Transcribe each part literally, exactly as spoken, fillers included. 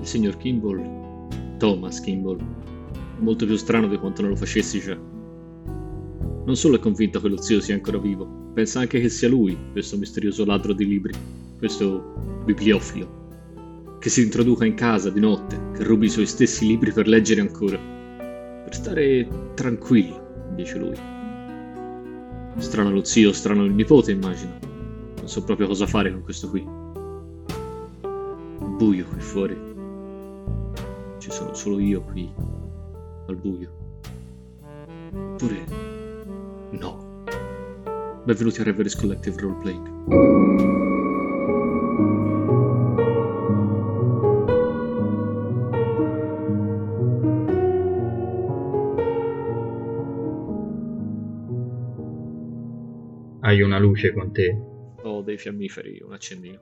signor Kimball, Thomas Kimball, è molto più strano di quanto non lo facessi già. Non solo è convinto che lo zio sia ancora vivo, pensa anche che sia lui, questo misterioso ladro di libri, questo bibliofilo, che si introduca in casa di notte, che rubi i suoi stessi libri per leggere ancora, per stare tranquillo, dice lui. Strano lo zio, strano il nipote, immagino. Non so proprio cosa fare con questo qui. Buio qui fuori. Ci sono solo io qui, al buio. Oppure no. Benvenuti a Reveries Collective Roleplaying. Hai una luce con te? Ho dei fiammiferi, un accendino.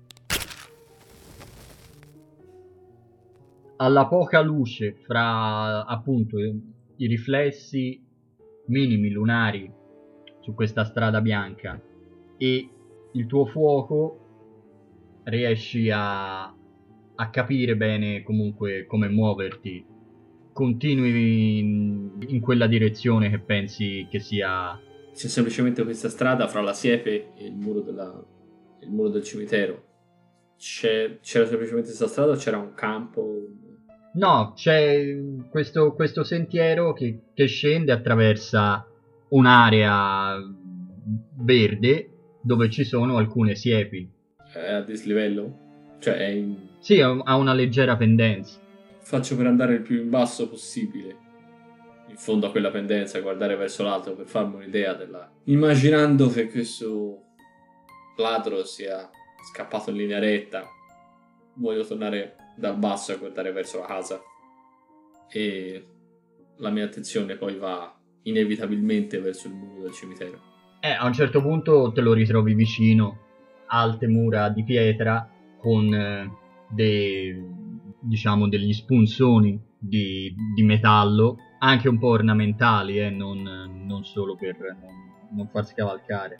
Alla poca luce fra appunto i riflessi minimi lunari su questa strada bianca e il tuo fuoco riesci a, a capire bene comunque come muoverti. Continui in, in quella direzione che pensi che sia... C'è semplicemente questa strada fra la siepe e il muro, della, il muro del cimitero. C'è, c'era semplicemente questa strada o c'era un campo? No, c'è questo, questo sentiero che, che scende, attraversa un'area verde dove ci sono alcune siepi. È a dislivello? Cioè è in... Sì, ha una leggera pendenza. Faccio per andare il più in basso possibile, in fondo a quella pendenza, guardare verso l'alto per farmi un'idea della... Immaginando che questo ladro sia scappato in linea retta, voglio tornare dal basso a guardare verso la casa e la mia attenzione poi va inevitabilmente verso il muro del cimitero. Eh, a un certo punto te lo ritrovi vicino, alte mura di pietra con eh, dei, diciamo, degli spunzoni di, di metallo, anche un po' ornamentali, eh, non, non solo per non, non farsi cavalcare.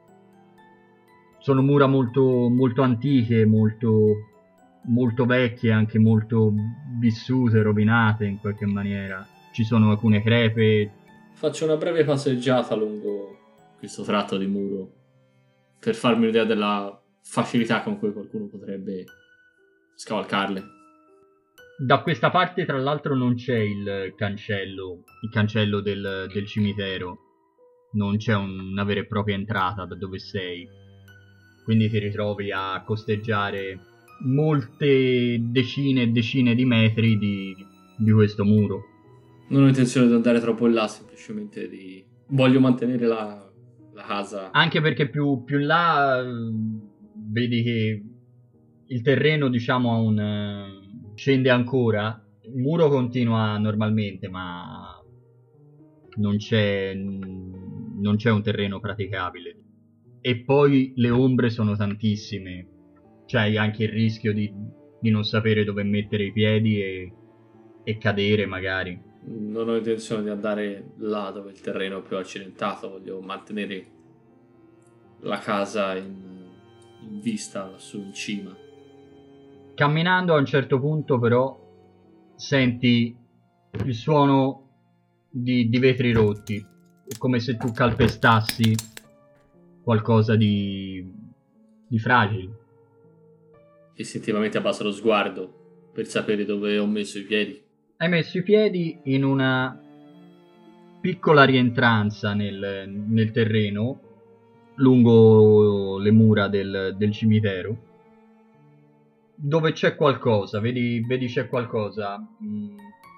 Sono mura molto, molto antiche, molto, molto vecchie, anche molto vissute, rovinate in qualche maniera. Ci sono alcune crepe. Faccio una breve passeggiata lungo questo tratto di muro per farmi un'idea della facilità con cui qualcuno potrebbe scavalcarle. Da questa parte tra l'altro non c'è il cancello, il cancello del, del cimitero, non c'è un, una vera e propria entrata da dove sei, quindi ti ritrovi a costeggiare molte decine e decine di metri di, di questo muro. Non ho intenzione di andare troppo in là, semplicemente di... voglio mantenere la, la casa. Anche perché più, più in là vedi che il terreno, diciamo, ha un... scende ancora, il muro continua normalmente, ma non c'è non c'è un terreno praticabile. E poi le ombre sono tantissime, c'hai anche il rischio di, di non sapere dove mettere i piedi e, e cadere magari. Non ho intenzione di andare là dove il terreno è più accidentato, voglio mantenere la casa in, in vista lassù in cima. Camminando a un certo punto però senti il suono di, di vetri rotti, è come se tu calpestassi qualcosa di, di fragile. Istintivamente abbasso lo sguardo per sapere dove ho messo i piedi. Hai messo i piedi in una piccola rientranza nel, nel terreno lungo le mura del, del cimitero, dove c'è qualcosa, vedi, vedi c'è qualcosa. Mm.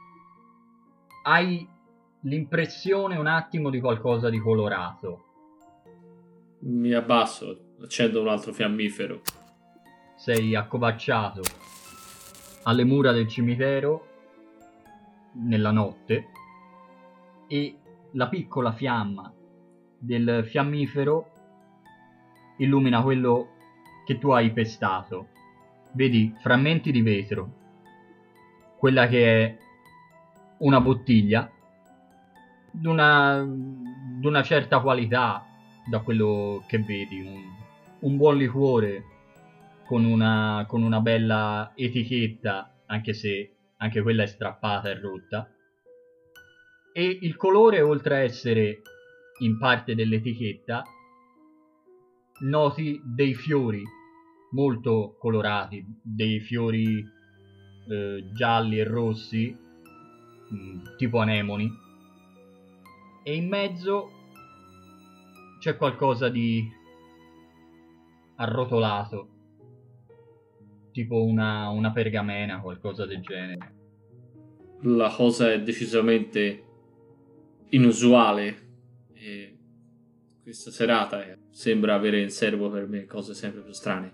Hai l'impressione un attimo di qualcosa di colorato. Mi abbasso, accendo un altro fiammifero. Sei accovacciato alle mura del cimitero nella notte e la piccola fiamma del fiammifero illumina quello che tu hai pestato. Vedi frammenti di vetro, quella che è una bottiglia d'una, d'una certa qualità, da quello che vedi, un, un buon liquore con una, con una bella etichetta anche se anche quella è strappata e rotta. E il colore, oltre a essere in parte dell'etichetta, noti dei fiori molto colorati, dei fiori eh, gialli e rossi, mh, tipo anemoni, e in mezzo c'è qualcosa di arrotolato, tipo una, una pergamena, qualcosa del genere. La cosa è decisamente inusuale e questa serata è, sembra avere in serbo per me cose sempre più strane.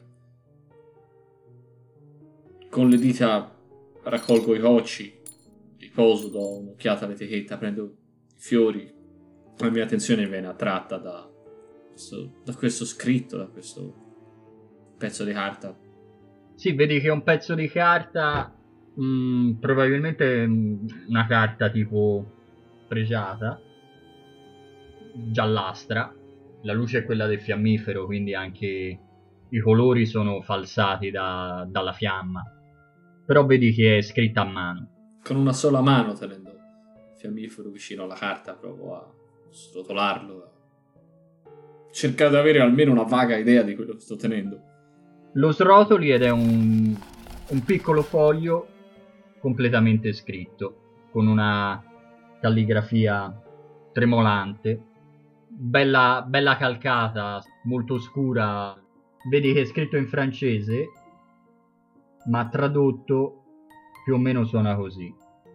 Con le dita raccolgo i cocci, riposo, do un'occhiata all'etichetta, prendo i fiori. La mia attenzione viene attratta da questo, da questo scritto, da questo pezzo di carta. Sì, vedi che è un pezzo di carta, mh, probabilmente mh, una carta tipo pregiata, giallastra. La luce è quella del fiammifero, quindi anche i colori sono falsati da, dalla fiamma. Però vedi che è scritta a mano. Con una sola mano, tenendo il fiammifero vicino alla carta, provo a srotolarlo, a cercare di avere almeno una vaga idea di quello che sto tenendo. Lo srotoli ed è un, un piccolo foglio completamente scritto, con una calligrafia tremolante, bella, bella calcata, molto scura. Vedi che è scritto in francese, ma tradotto più o meno suona così.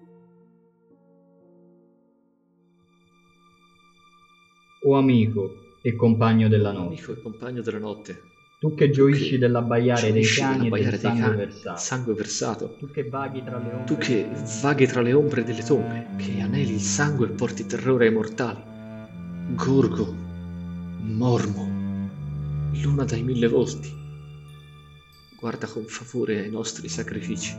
O amico e compagno della notte, Amico e compagno della notte, tu che gioisci che dell'abbaiare dei gioisci cani e del dell'abbaiare dei sangue cani, versato, sangue versato, tu che vaghi tra le ombre, tu che vaghi tra le ombre delle tombe, che aneli il sangue e porti terrore ai mortali, Gorgo, Mormo, luna dai mille volti, guarda con favore ai nostri sacrifici.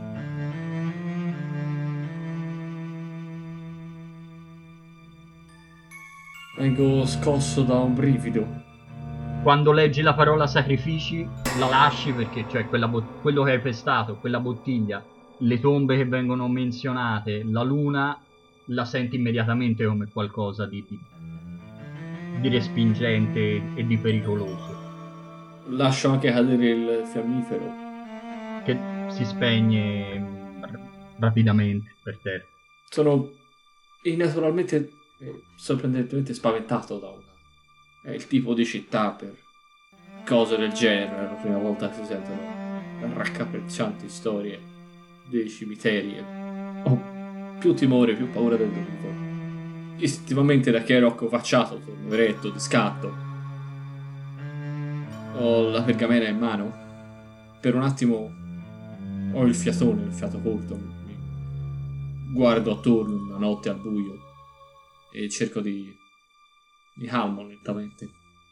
Vengo scosso da un brivido. Quando leggi la parola sacrifici la lasci, perché cioè quella bot- quello che hai pestato, quella bottiglia, le tombe che vengono menzionate, la luna, la senti immediatamente come qualcosa di, di, di respingente e di pericoloso, Lascio anche cadere il fiammifero. che si spegne mm, r- rapidamente per terra. Sono innaturalmente e sorprendentemente spaventato da una. È il tipo di città per cose del genere. È la prima volta che si sentono raccapriccianti storie dei cimiteri. Ho più timore, più paura del dovuto. Istintivamente, da che ero accovacciato, torno eretto, di scatto. Ho la pergamena in mano. Per un attimo ho il fiatone, il fiato corto. Mi guardo attorno la notte al buio e cerco di mi calmo lentamente.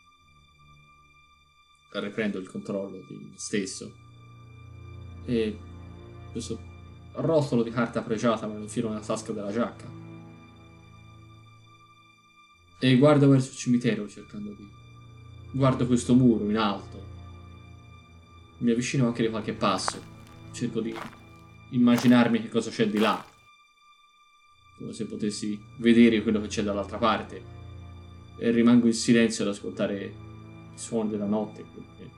Riprendo il controllo di me stesso e questo rotolo di carta pregiata me lo infilo nella tasca della giacca e guardo verso il cimitero, cercando di guardo questo muro in alto, mi avvicino anche di qualche passo, cerco di immaginarmi che cosa c'è di là, come se potessi vedere quello che c'è dall'altra parte, e rimango in silenzio ad ascoltare i suoni della notte. Perché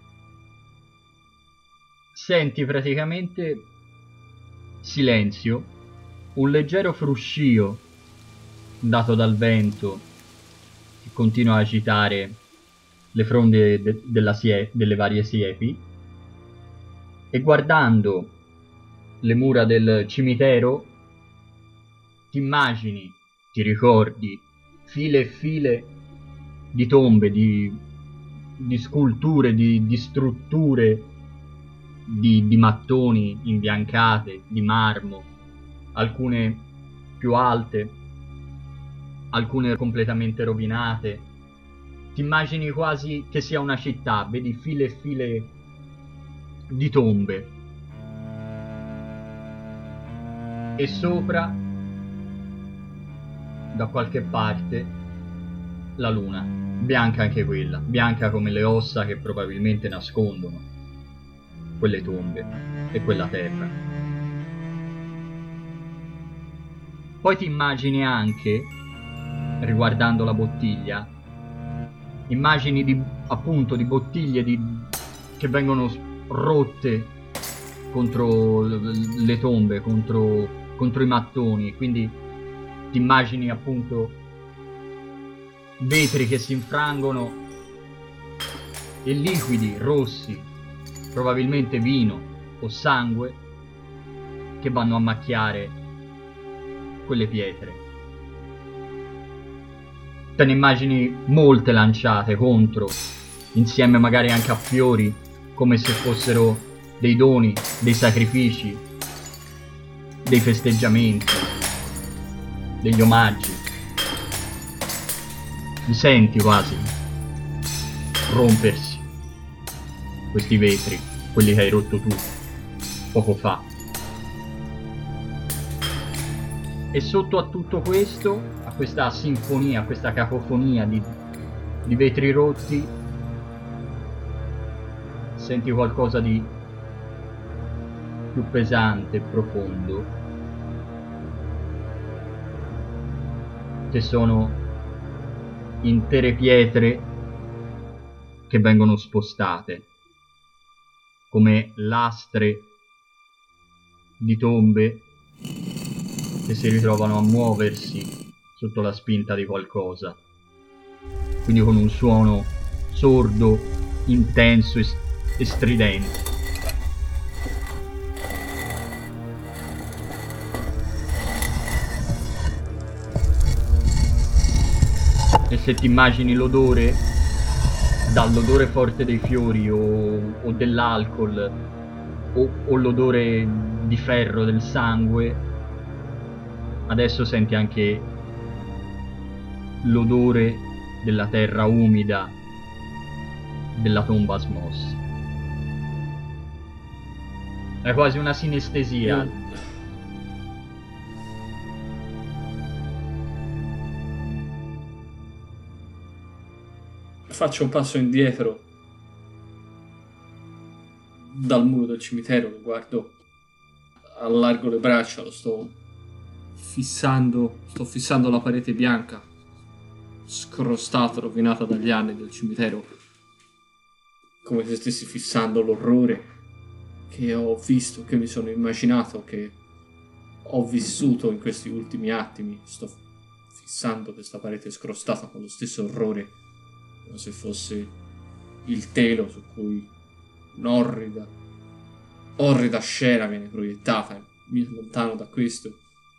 Senti praticamente silenzio, un leggero fruscio dato dal vento che continua a agitare le fronde de- della sie- delle varie siepi, e guardando le mura del cimitero ti immagini, ti ricordi file e file di tombe, di, di sculture, di, di strutture, di, di mattoni imbiancate, di marmo, alcune più alte, alcune completamente rovinate. Ti immagini quasi che sia una città, vedi file e file di tombe. E sopra, da qualche parte, la luna, bianca anche quella, bianca come le ossa che probabilmente nascondono quelle tombe e quella terra. Poi ti immagini anche, riguardando la bottiglia, immagini di, appunto, di bottiglie di, che vengono rotte contro le tombe, contro, contro i mattoni, quindi ti immagini appunto vetri che si infrangono e liquidi rossi, probabilmente vino o sangue, che vanno a macchiare quelle pietre. Te ne immagini molte lanciate contro, insieme magari anche a fiori, come se fossero dei doni, dei sacrifici, dei festeggiamenti, degli omaggi. Li senti quasi rompersi questi vetri, quelli che hai rotto tu poco fa. E sotto a tutto questo, a questa sinfonia, a questa cacofonia di, di vetri rotti, senti qualcosa di più pesante e profondo, che sono intere pietre che vengono spostate, come lastre di tombe che si ritrovano a muoversi sotto la spinta di qualcosa, quindi con un suono sordo, intenso e, e stridente. E se ti immagini l'odore, dall'odore forte dei fiori o, o dell'alcol o, o l'odore di ferro del sangue, adesso senti anche l'odore della terra umida della tomba smossa. È quasi una sinestesia. Io... Faccio un passo indietro dal muro del cimitero, lo guardo, allargo le braccia, lo sto fissando, sto fissando la parete bianca, scrostata, rovinata dagli anni del cimitero, come se stessi fissando l'orrore che ho visto, che mi sono immaginato, che ho vissuto in questi ultimi attimi. Sto fissando questa parete scrostata con lo stesso orrore, come se fosse il telo su cui un'orrida, orrida scena viene proiettata. Mi allontano da questo,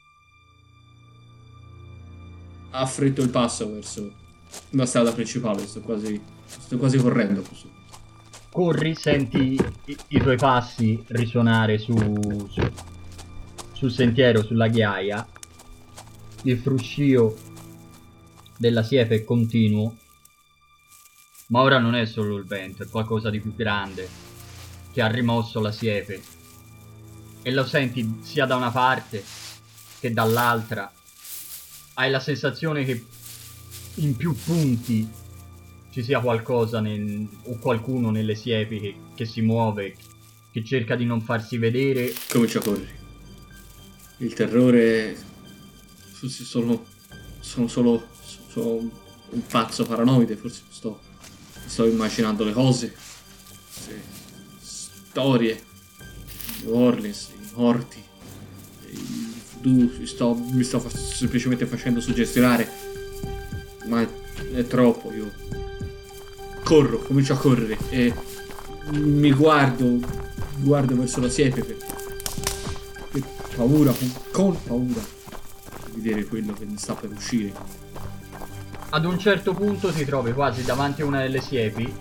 affretto il passo verso la strada principale. Sto quasi, sto quasi correndo così. Corri, senti i, i tuoi passi risuonare su, su, sul sentiero, sulla ghiaia. Il fruscio della siepe è continuo, ma ora non è solo il vento, è qualcosa di più grande che ha rimosso la siepe, e lo senti sia da una parte che dall'altra. Hai la sensazione che in più punti ci sia qualcosa nel, o qualcuno nelle siepi che, che si muove, che cerca di non farsi vedere. Comincia a correre. Il terrore... Forse sono... Sono solo... Sono un pazzo paranoide, forse sto... Sto immaginando le cose. Le storie. New Orleans, i morti. Il voodoo. Mi sto, mi sto semplicemente facendo suggestionare. Ma è, è troppo, io... Corro, comincio a correre e mi guardo, guardo verso la siepe per, per paura, con, con paura di vedere quello che mi sta per uscire. Ad un certo punto ti trovi quasi davanti a una delle siepi,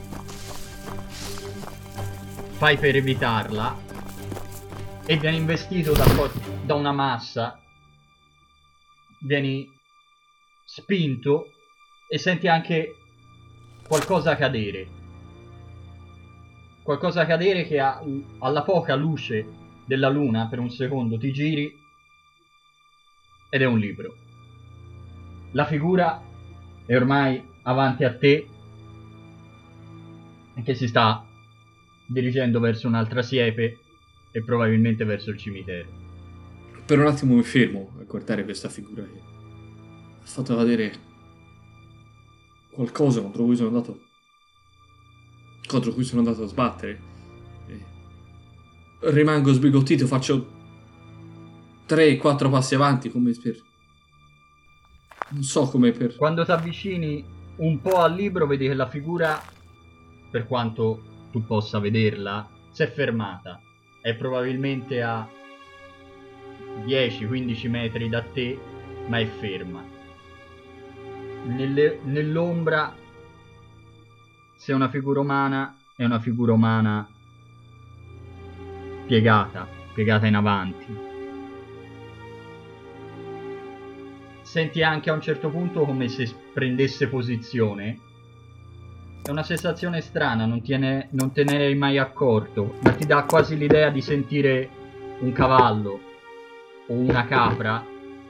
fai per evitarla e vieni investito da, da una massa, vieni spinto e senti anche qualcosa cadere, qualcosa cadere che ha, alla poca luce della luna, per un secondo ti giri ed è un libro. La figura è ormai avanti a te e che si sta dirigendo verso un'altra siepe e probabilmente verso il cimitero. Per un attimo mi fermo a guardare questa figura che ha fatto vedere qualcosa contro cui sono andato contro cui sono andato a sbattere. E rimango sbigottito, faccio tre quattro passi avanti come per non so come per Quando ti avvicini un po' al libro vedi che la figura, per quanto tu possa vederla, si è fermata. È probabilmente a dieci quindici metri da te, ma è ferma. Nelle, nell'ombra, se è una figura umana, è una figura umana piegata, piegata in avanti. Senti anche a un certo punto come se prendesse posizione. È una sensazione strana, non, tiene, non te ne eri mai accorto, ma ti dà quasi l'idea di sentire un cavallo o una capra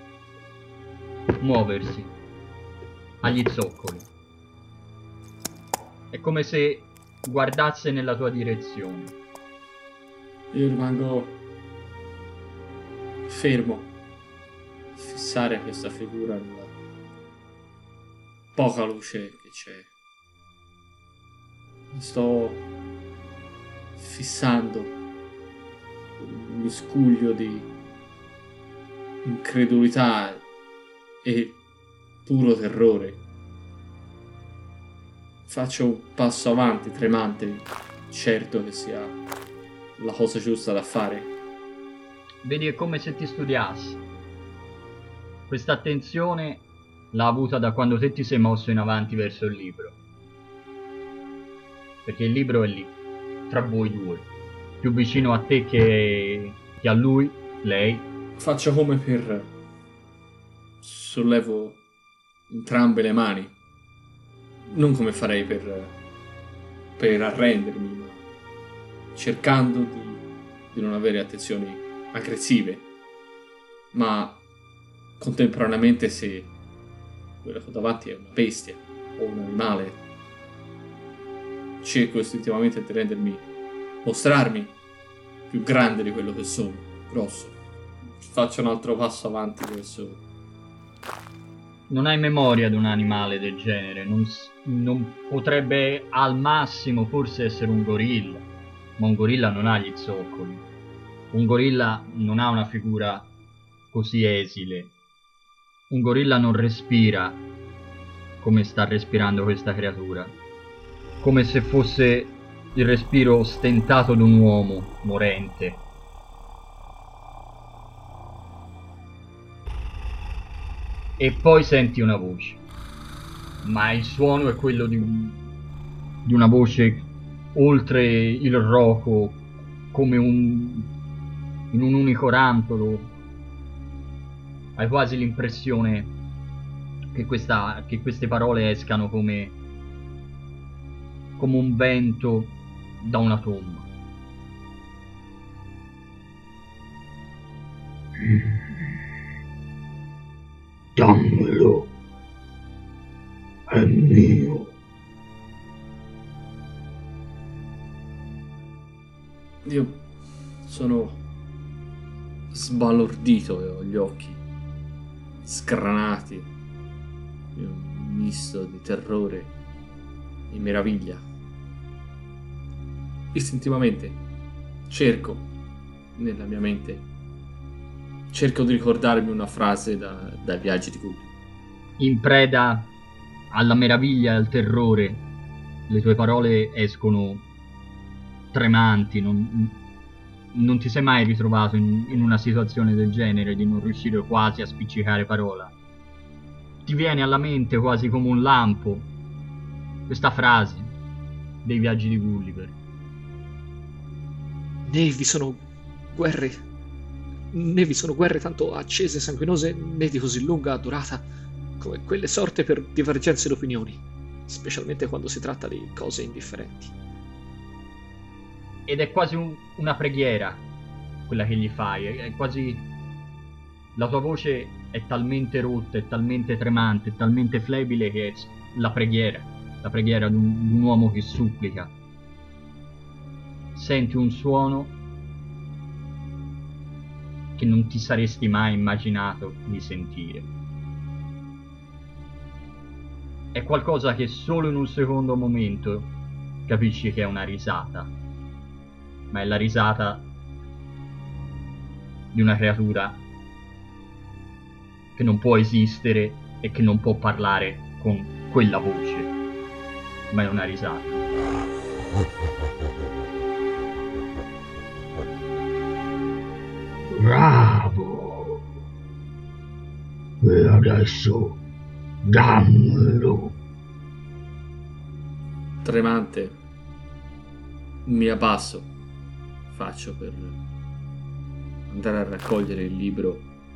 muoversi agli zoccoli. È come se guardasse nella tua direzione. Io rimango fermo, a fissare questa figura nella poca luce che c'è. Mi sto fissando un miscuglio di incredulità e puro terrore. Faccio un passo avanti, tremante, certo che sia la cosa giusta da fare. Vedi, è come se ti studiassi. Questa attenzione l'ha avuta da quando te ti sei mosso in avanti verso il libro. Perché il libro è lì, tra voi due, più vicino a te che, che a lui, lei. Faccio come per... sollevo entrambe le mani. Non come farei per... per arrendermi, ma cercando di, di non avere attenzioni aggressive. Ma contemporaneamente, se quello che ho davanti è una bestia o un animale, cerco istintivamente di rendermi, mostrarmi più grande di quello che sono, grosso. Faccio un altro passo avanti verso... Non hai memoria di un animale del genere, non, non potrebbe al massimo forse essere un gorilla, ma un gorilla non ha gli zoccoli. Un gorilla non ha una figura così esile. Un gorilla non respira come sta respirando questa creatura, come se fosse il respiro stentato di un uomo morente. E poi senti una voce, ma il suono è quello di, un, di una voce oltre il roco, come un, in un unico rantolo. Hai quasi l'impressione che, questa, che queste parole escano come, come un vento da una tomba. Dammelo, è mio. Io sono sbalordito e ho gli occhi scranati, un misto di terrore e meraviglia. Istintivamente cerco nella mia mente cerco di ricordarmi una frase da, dai viaggi di Gulliver. In preda alla meraviglia e al terrore, le tue parole escono tremanti. Non, non ti sei mai ritrovato in, in una situazione del genere, di non riuscire quasi a spiccicare parola. Ti viene alla mente quasi come un lampo questa frase dei viaggi di Gulliver. Né vi sono guerre né vi sono guerre tanto accese e sanguinose né di così lunga durata come quelle sorte per divergenze d'opinioni, specialmente quando si tratta di cose indifferenti. Ed è quasi un, una preghiera quella che gli fai, è, è quasi... la tua voce è talmente rotta, è talmente tremante, è talmente flebile che è la preghiera, la preghiera di un, di un uomo che supplica. Senti un suono che non ti saresti mai immaginato di sentire. È qualcosa che solo in un secondo momento capisci che è una risata, ma è la risata di una creatura che non può esistere e che non può parlare con quella voce, ma è una risata. Bravo! E adesso dammelo. Tremante, mi abbasso, faccio per andare a raccogliere il libro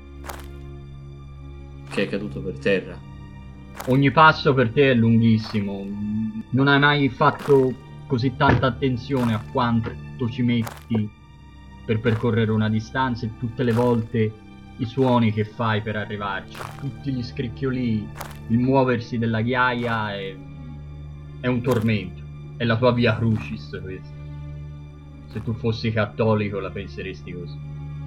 che è caduto per terra. Ogni passo per te è lunghissimo, non hai mai fatto così tanta attenzione a quanto ci metti per percorrere una distanza, e tutte le volte i suoni che fai per arrivarci, tutti gli scricchiolii, il muoversi della ghiaia è, è un tormento, è la tua via crucis questa. Se tu fossi cattolico la penseresti così.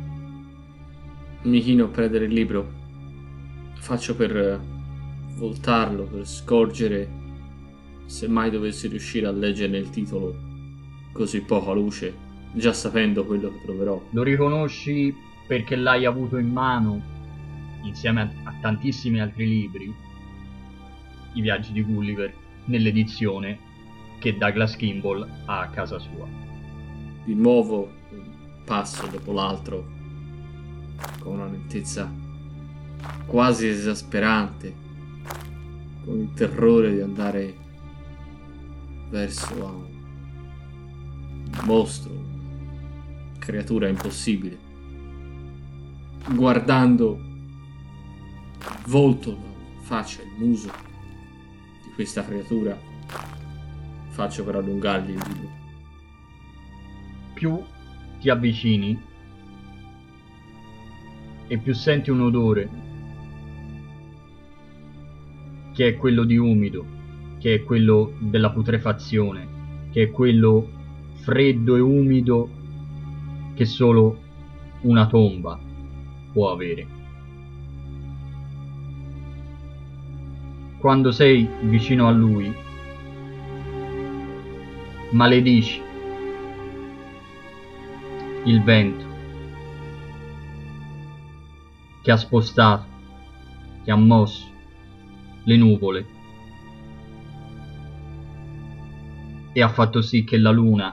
Mi chino a prendere il libro, faccio per voltarlo, per scorgere se mai dovessi riuscire a leggerne il titolo così poca luce, già sapendo quello che troverò. Lo riconosci perché l'hai avuto in mano insieme a, a tantissimi altri libri, I viaggi di Gulliver, nell'edizione che Douglas Kimball ha a casa sua. Di nuovo un passo dopo l'altro, con una lentezza quasi esasperante, con il terrore di andare verso a un mostro, una creatura impossibile, guardando il volto, la faccia, il muso di questa creatura, faccio per allungargli il libro. Più ti avvicini e più senti un odore, che è quello di umido, che è quello della putrefazione, che è quello freddo e umido che solo una tomba può avere. Quando sei vicino a lui, maledici il vento che ha spostato, che ha mosso le nuvole e ha fatto sì che la luna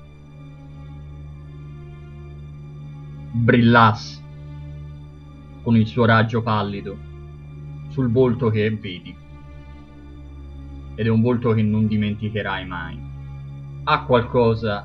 brillasse con il suo raggio pallido sul volto che vedi, ed è un volto che non dimenticherai mai. Ha qualcosa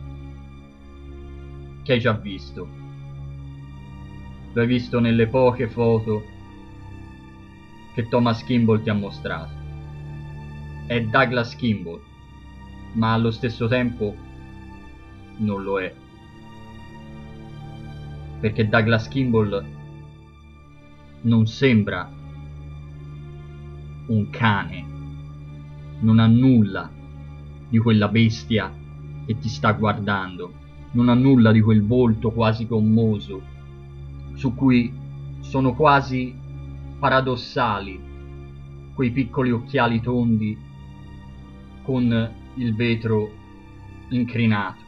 che hai già visto, lo hai visto nelle poche foto che Thomas Kimball ti ha mostrato. È Douglas Kimball, ma allo stesso tempo non lo è, perché Douglas Kimball non sembra un cane, non ha nulla di quella bestia che ti sta guardando, non ha nulla di quel volto quasi commoso su cui sono quasi paradossali quei piccoli occhiali tondi con il vetro incrinato,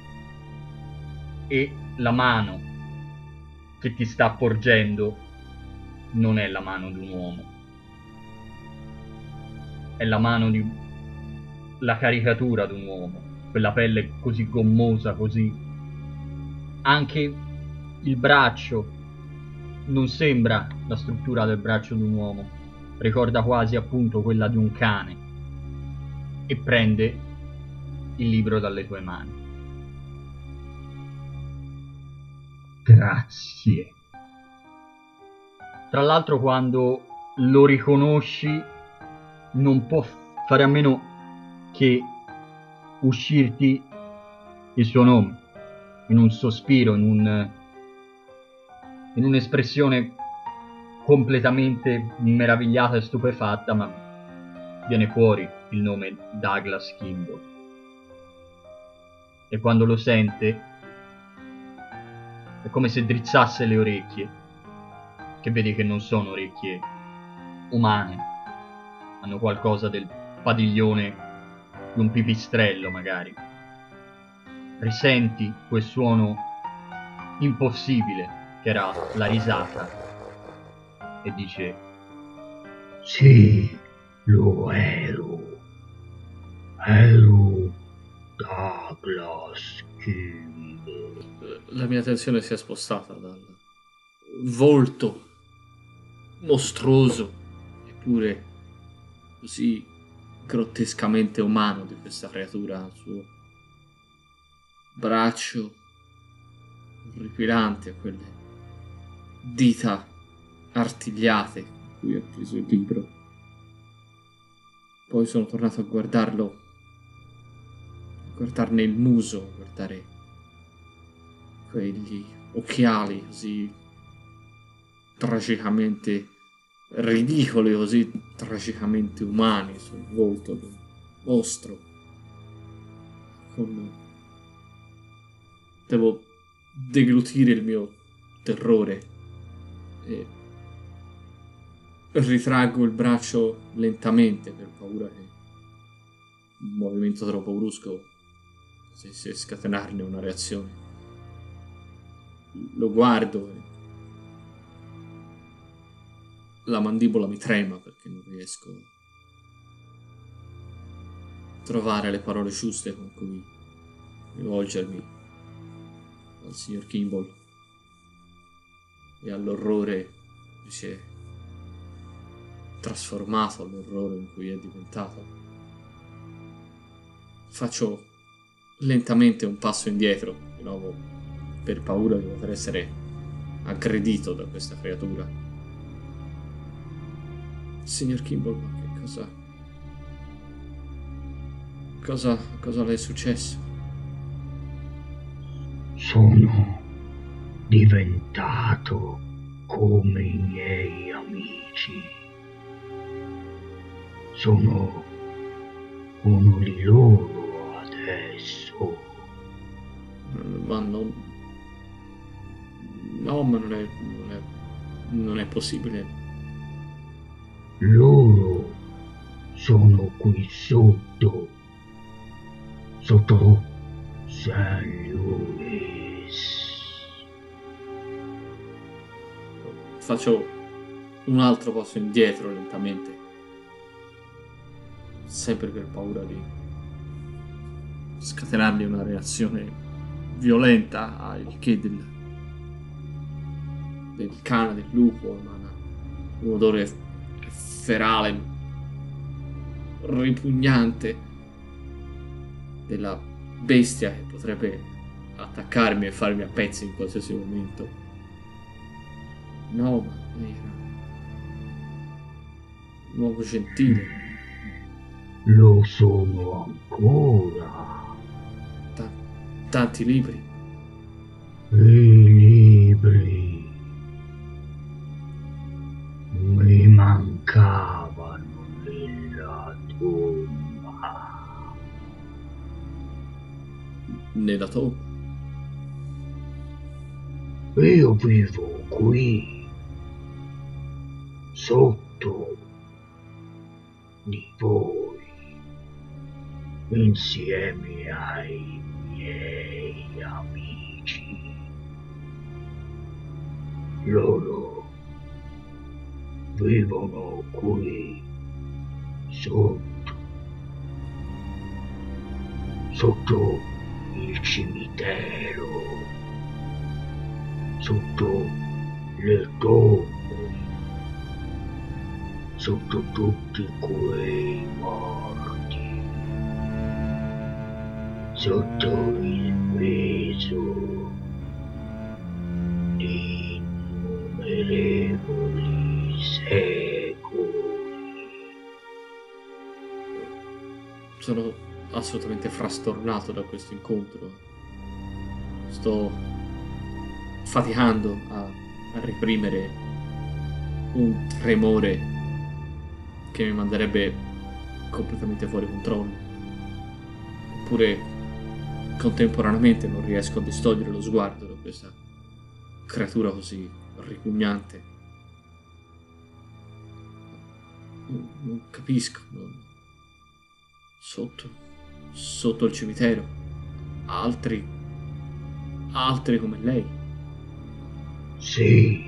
e la mano che ti sta porgendo non è la mano di un uomo, è la mano di la caricatura di un uomo, quella pelle così gommosa, così. Anche il braccio non sembra la struttura del braccio di un uomo, ricorda quasi appunto quella di un cane, e prende il libro dalle tue mani. Grazie. Tra l'altro, quando lo riconosci non può fare a meno che uscirti il suo nome in un sospiro, in un in un'espressione completamente meravigliata e stupefatta, ma viene fuori il nome Douglas Kimball. E quando lo sente è come se drizzasse le orecchie, che vedi che non sono orecchie umane, hanno qualcosa del padiglione di un pipistrello magari. Risenti quel suono impossibile che era la risata e dice: sì, lo ero. Ero Douglas Kimball. La mia attenzione si è spostata dal volto mostruoso eppure così grottescamente umano di questa creatura al suo braccio orripilante, a quelle dita artigliate con cui ho preso il libro. Poi sono tornato a guardarlo, a guardarne il muso, a guardare quegli occhiali così tragicamente ridicoli, così tragicamente umani sul volto del mostro. Con... devo deglutire il mio terrore e ritraggo il braccio lentamente per paura che un movimento troppo brusco potesse scatenarne una reazione. Lo guardo e la mandibola mi trema perché non riesco a trovare le parole giuste con cui rivolgermi al signor Kimball e all'orrore che si è trasformato, all'orrore in cui è diventato. Faccio lentamente un passo indietro, di nuovo per paura di poter essere aggredito da questa creatura. Signor Kimball, ma che cosa... Cosa... cosa le è successo? Sono diventato come i miei amici. Sono uno di loro adesso. Ma non... No, ma non è... non è... non è possibile. Loro sono qui sotto, sotto Saint Louis. Faccio un altro passo indietro lentamente, sempre per paura di scatenargli una reazione violenta al che del, del cane, del lupo, emana un odore ferale, ripugnante della bestia che potrebbe attaccarmi e farmi a pezzi in qualsiasi momento. No, ma era un uomo gentile. Lo sono ancora. Ta- tanti libri. I libri mi mancavano nella tomba. Nella tomba? Io vivo qui, sotto di voi, insieme ai miei amici. Loro vivono qui, sotto, sotto il cimitero, sotto le tombe, sotto tutti quei morti, sotto il peso di innumerevoli secoli. Sono assolutamente frastornato da questo incontro. Sto faticando a, a reprimere un tremore che mi manderebbe completamente fuori controllo. Eppure contemporaneamente non riesco a distogliere lo sguardo da questa creatura così ripugnante. Non, non capisco. Non... Sotto, sotto il cimitero, altri, altri come lei. Sì.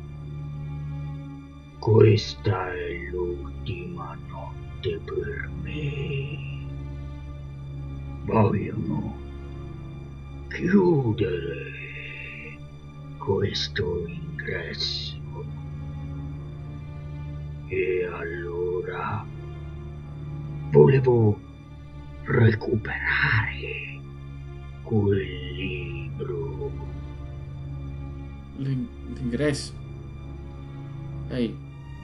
Questa è l'ultima notte per me. Vogliono chiudere questo ingresso. E allora volevo recuperare quel libro. L'ing- l'ingresso? Ehi.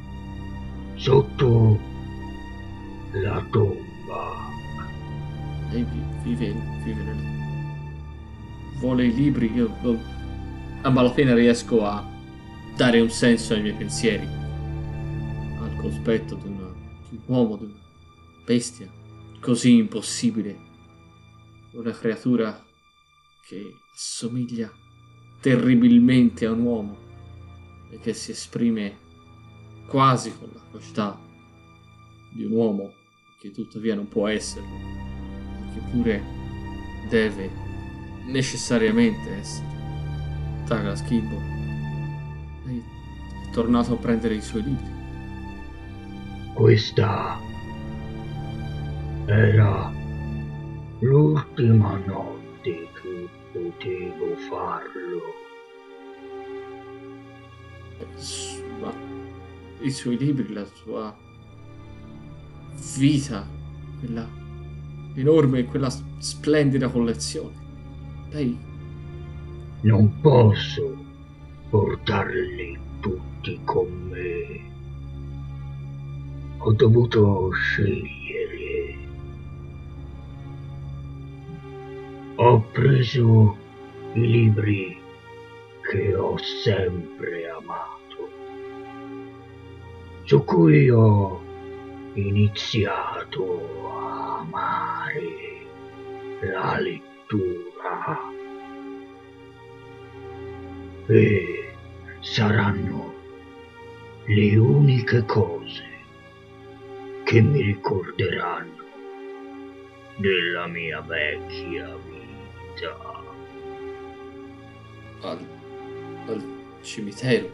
Sotto la tomba. Lei vi- vive, vive nel... vuole i libri. Io non... a malapena riesco a dare un senso ai miei pensieri, al cospetto di, una, di un uomo, di una bestia così impossibile, una creatura che assomiglia terribilmente a un uomo e che si esprime quasi con la capacità di un uomo, che tuttavia non può esserlo, e che pure deve necessariamente essere. Douglas Kimball, lei è tornato a prendere i suoi libri. Questa era l'ultima notte che potevo farlo. Ma i suoi libri, la sua vita, quella enorme, quella splendida collezione. Lei... Non posso portarli tutti con me. Ho dovuto scegliere. Ho preso i libri che ho sempre amato, su cui ho iniziato a amare la lettura. E saranno le uniche cose che mi ricorderanno della mia vecchia vita. Al, al cimitero.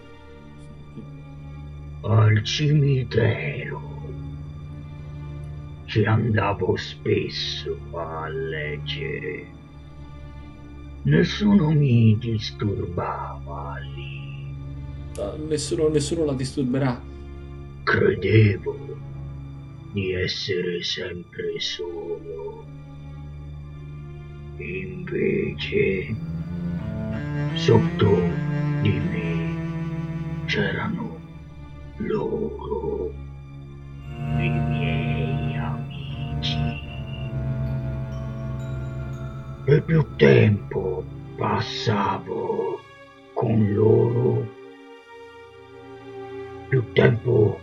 Al cimitero ci andavo spesso a leggere. Nessuno mi disturbava lì. Ah, nessuno, nessuno la disturberà. Credevo di essere sempre solo. Invece, sotto di me c'erano loro, i miei amici. E più tempo passavo con loro, più tempo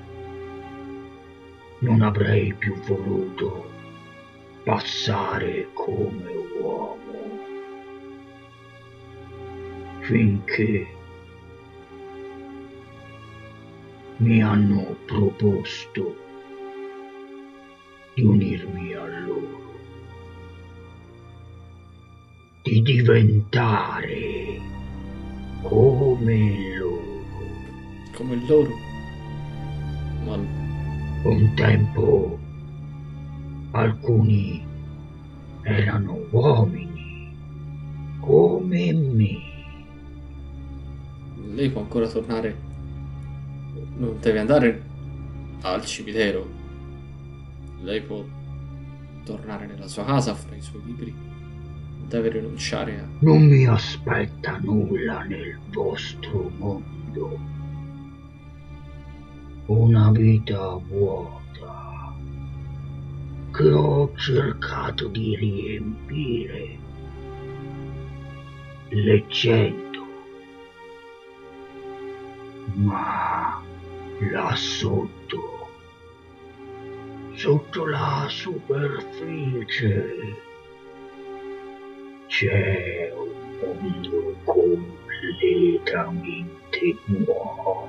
non avrei più voluto passare come uomo, finché mi hanno proposto di unirmi a loro, di diventare come loro. Come loro? Ma... Un tempo alcuni erano uomini come me. Lei può ancora tornare. Non deve andare al cimitero. Lei può tornare nella sua casa a fare i suoi libri. Non deve rinunciare a... Non mi aspetta nulla nel vostro mondo. Una vita vuota che ho cercato di riempire leggendo, ma là sotto, sotto la superficie, c'è un mondo completo completamente nuovo.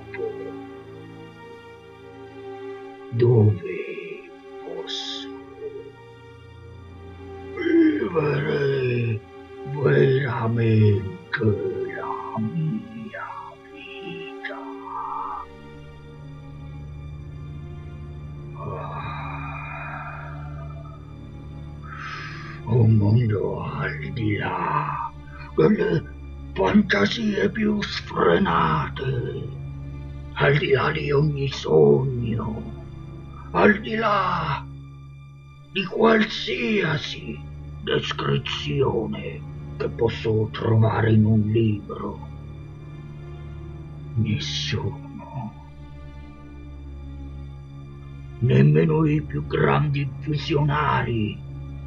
Dove posso vivere veramente la mia vita. Un mondo al di là delle fantasie più sfrenate, al di là di ogni sogno, al di là di qualsiasi descrizione che posso trovare in un libro. Nessuno, nemmeno i più grandi visionari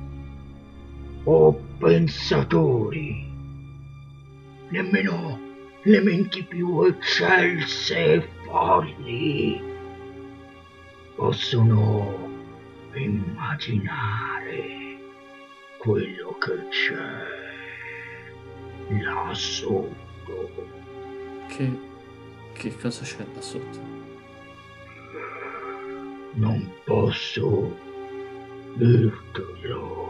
o pensatori, nemmeno le menti più eccelse e folli possono immaginare quello che c'è là sotto. Che... che cosa c'è là sotto? Non posso dirtelo.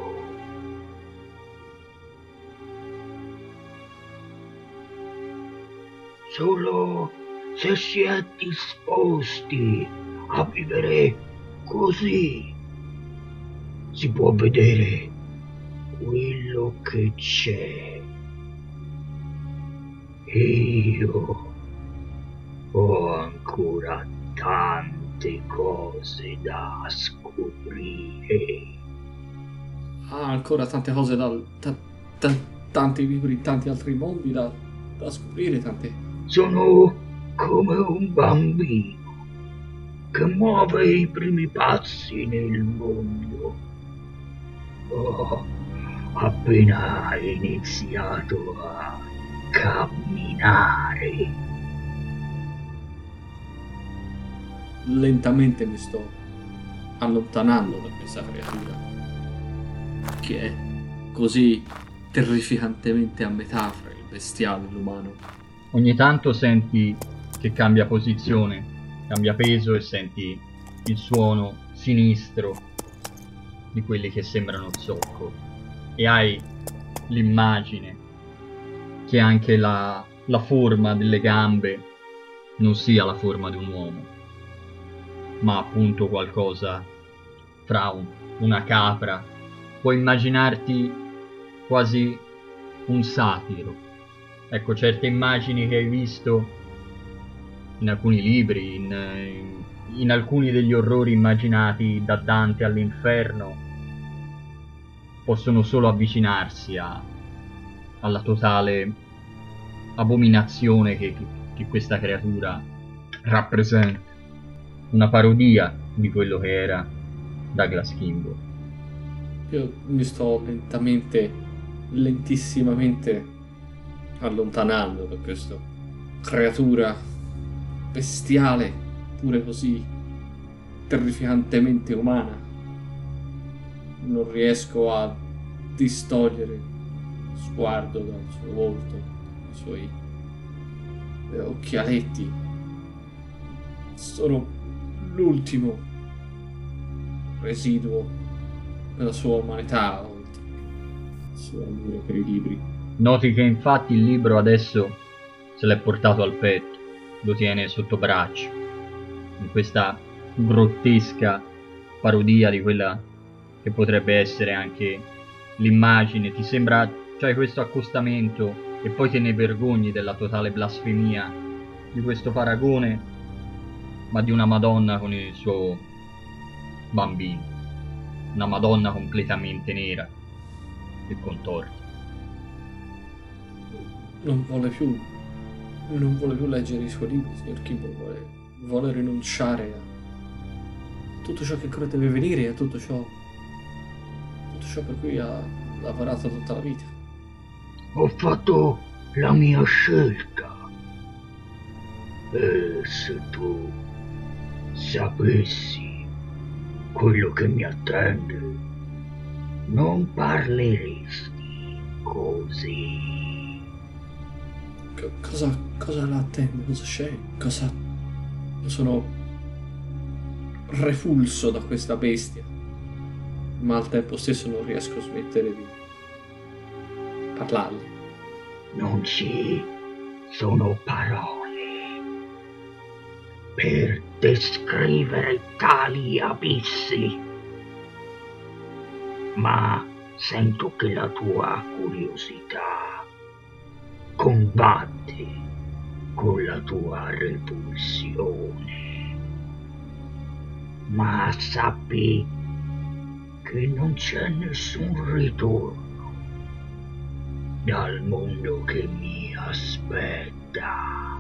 Solo se si è disposti a vivere così si può vedere quello che c'è. E io ho ancora tante cose da scoprire. Ha ancora tante cose da... da, da tanti libri, tanti altri mondi da, da scoprire, tante... Sono come un bambino che muove i primi passi nel mondo. Ho appena iniziato a camminare. Lentamente mi sto allontanando da questa creatura che è così terrificantemente a metà fra il bestiale e l'umano. Ogni tanto senti che cambia posizione, cambia peso e senti il suono sinistro di quelli che sembrano zoccoli. E hai l'immagine che anche la, la forma delle gambe non sia la forma di un uomo, ma appunto qualcosa fra un, una capra. Puoi immaginarti quasi un satiro. Ecco, certe immagini che hai visto in alcuni libri, in, in, in alcuni degli orrori immaginati da Dante all'inferno, possono solo avvicinarsi a, alla totale abominazione che, che questa creatura rappresenta. Una parodia di quello che era Douglas Kimball. Io mi sto lentamente, lentissimamente allontanando da questa creatura bestiale, pure così terrificantemente umana. Non riesco a distogliere lo sguardo dal suo volto, dai suoi occhialetti. Sono l'ultimo residuo della sua umanità, oltre il suo amore per i libri. Noti che infatti il libro adesso se l'è portato al petto, lo tiene sotto braccio, in questa grottesca parodia di quella che potrebbe essere anche l'immagine. Ti sembra, c'hai questo accostamento e poi te ne vergogni della totale blasfemia di questo paragone, ma di una Madonna con il suo bambino, una Madonna completamente nera e contorta. Non vuole più, non vuole più leggere i suoi libri, signor Kimball, vuole, vuole rinunciare a tutto ciò che ancora deve venire e a tutto ciò, tutto ciò per cui ha lavorato tutta la vita. Ho fatto la mia scelta. E se tu sapessi quello che mi attende, non parleresti così. Co- cosa, cosa la attende? Cosa c'è? Cosa... Sono repulso da questa bestia, ma al tempo stesso non riesco a smettere di parlargli. Non ci sono parole per descrivere tali abissi, ma sento che la tua curiosità combatte con la tua repulsione. Ma sappi che non c'è nessun ritorno dal mondo che mi aspetta.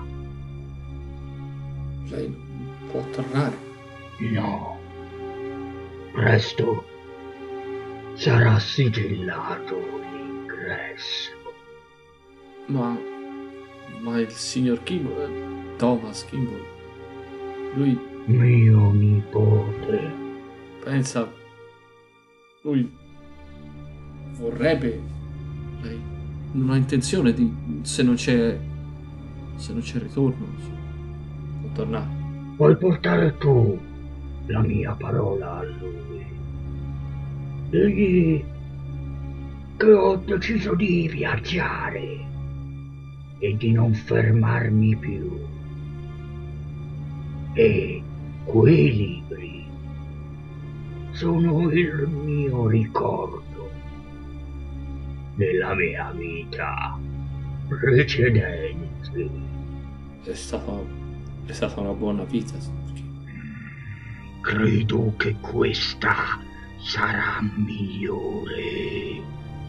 Lei può tornare? No, presto sarà sigillato l'ingresso. Ma... ma il signor Kimball, Thomas Kimball, lui Mio nipote. pensa... lui vorrebbe... lei non ha intenzione di... se non c'è... se non c'è ritorno, può tornare. Puoi portare tu la mia parola a lui. Digli che ho deciso di viaggiare e di non fermarmi più. E quei libri sono il mio ricordo della mia vita precedente. È stata... è stata una buona vita, signor Kimball. Credo che questa sarà migliore.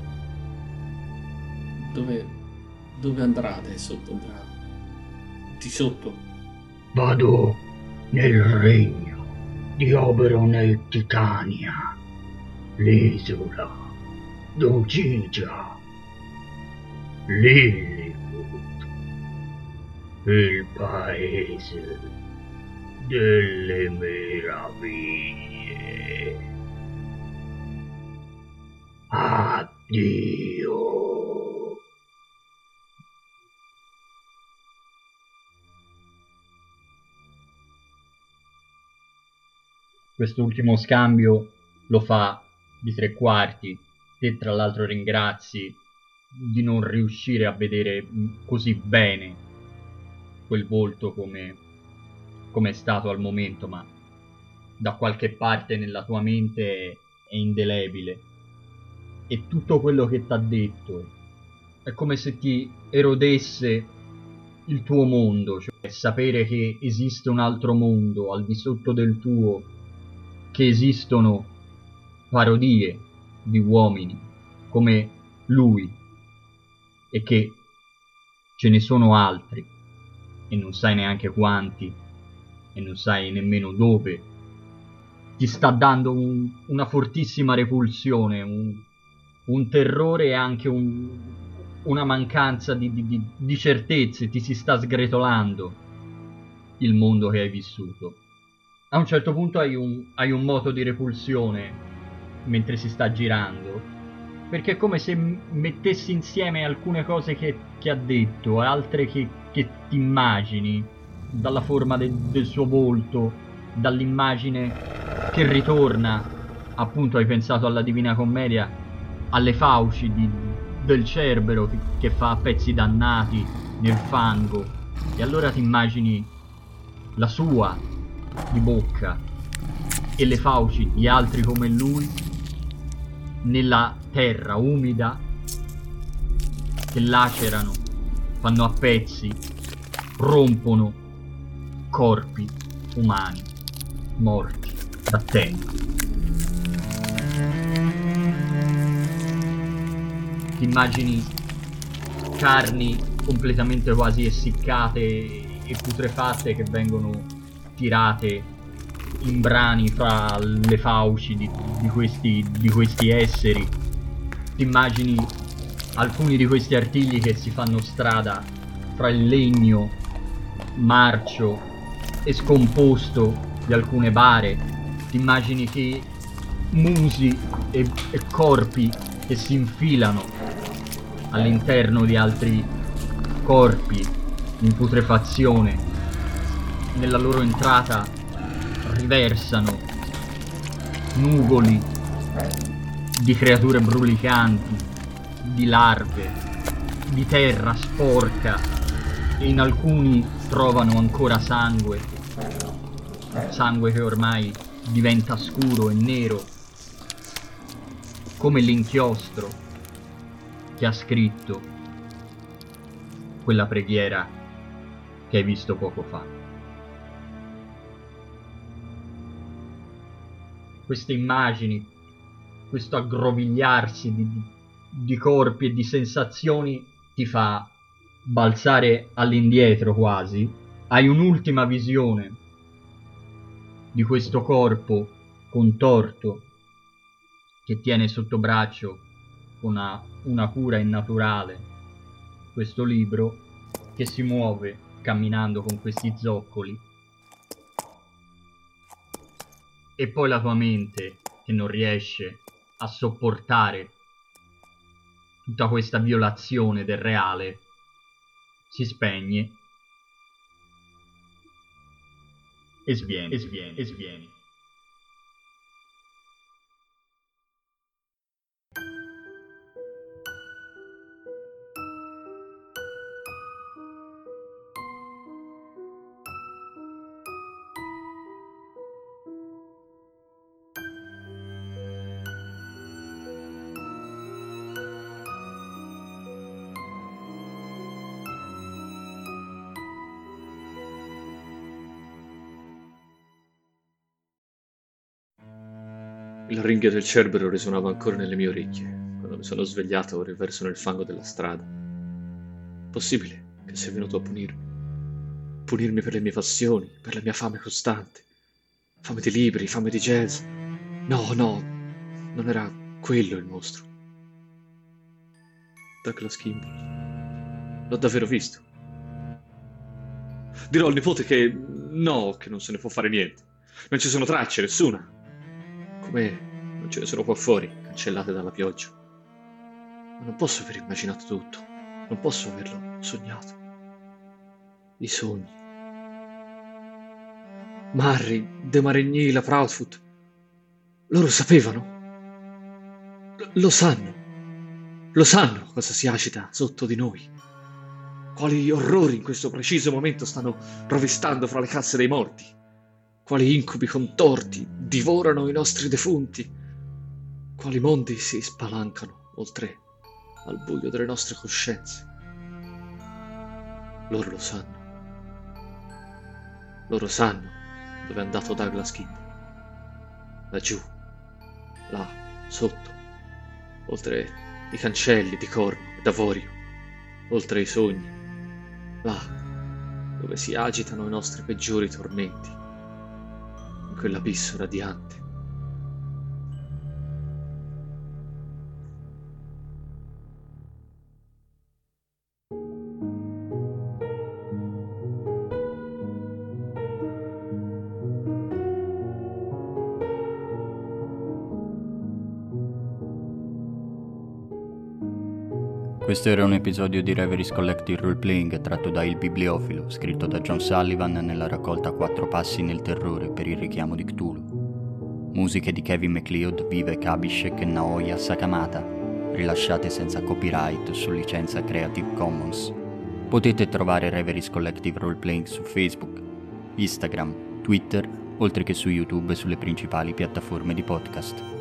Dove... dove andrà adesso? Andrà di sotto? Vado nel regno di Oberon e Titania, l'isola d'Ogygia, Lilliput, il paese delle meraviglie. Addio. Quest'ultimo scambio lo fa di tre quarti. Te tra l'altro ringrazi di non riuscire a vedere così bene quel volto come, come è stato al momento, ma da qualche parte nella tua mente è indelebile. E tutto quello che t'ha detto è come se ti erodesse il tuo mondo, cioè sapere che esiste un altro mondo al di sotto del tuo, che esistono parodie di uomini come lui e che ce ne sono altri e non sai neanche quanti e non sai nemmeno dove, ti sta dando un, una fortissima repulsione, un, un terrore e anche un, una mancanza di, di, di, di certezze. Ti si sta sgretolando il mondo che hai vissuto. A un certo punto hai un, hai un moto di repulsione mentre si sta girando, perché è come se mettessi insieme alcune cose che, che ha detto, altre che, che ti immagini, dalla forma de, del suo volto, dall'immagine che ritorna, appunto hai pensato alla Divina Commedia, alle fauci di, del Cerbero che, che fa a pezzi dannati nel fango, e allora ti immagini la sua di bocca e le fauci di altri come lui nella terra umida che lacerano, fanno a pezzi, rompono corpi umani morti da tempo. Ti immagini carni completamente quasi essiccate e putrefatte che vengono tirate in brani fra le fauci di, di, questi, di questi esseri. Ti immagini alcuni di questi artigli che si fanno strada fra il legno marcio e scomposto di alcune bare. Ti immagini che musi e, e corpi che si infilano all'interno di altri corpi in putrefazione nella loro entrata riversano nuvoli di creature brulicanti, di larve, di terra sporca, e in alcuni trovano ancora sangue, sangue che ormai diventa scuro e nero, come l'inchiostro che ha scritto quella preghiera che hai visto poco fa. Queste immagini, questo aggrovigliarsi di, di corpi e di sensazioni ti fa balzare all'indietro quasi. Hai un'ultima visione di questo corpo contorto che tiene sotto braccio con una, una cura innaturale questo libro, che si muove camminando con questi zoccoli, e poi la tua mente, che non riesce a sopportare tutta questa violazione del reale, si spegne e svieni, e svieni, e svieni. Il ringhio del Cerbero risuonava ancora nelle mie orecchie quando mi sono svegliato riverso nel fango della strada. Possibile che sia venuto a punirmi? Punirmi per le mie passioni, per la mia fame costante. Fame di libri, fame di jazz. No, no, non era quello il mostro. Douglas Kimball. L'ho davvero visto. Dirò al nipote che no, che non se ne può fare niente. Non ci sono tracce, nessuna. Come non ce ne sono qua fuori, cancellate dalla pioggia. Ma non posso aver immaginato tutto. Non posso averlo sognato. I sogni. Marry, De Marigny, la Proudfoot. Loro sapevano. L- lo sanno. Lo sanno cosa si agita sotto di noi. Quali orrori in questo preciso momento stanno rovistando fra le casse dei morti. Quali incubi contorti divorano i nostri defunti. Quali mondi si spalancano oltre al buio delle nostre coscienze. Loro lo sanno. Loro sanno dove è andato Douglas Kimball. Laggiù, là, sotto, oltre i cancelli di corno e d'avorio, oltre i sogni, là dove si agitano i nostri peggiori tormenti, in quell'abisso radiante. Questo era un episodio di Reveries Collective Roleplaying tratto da Il Bibliofilo, scritto da John Sullivan nella raccolta Quattro passi nel terrore per il richiamo di Cthulhu. Musiche di Kevin MacLeod, Vivek Abhishek e Naoya Sakamata, rilasciate senza copyright su licenza Creative Commons. Potete trovare Reveries Collective Roleplaying su Facebook, Instagram, Twitter, oltre che su YouTube e sulle principali piattaforme di podcast.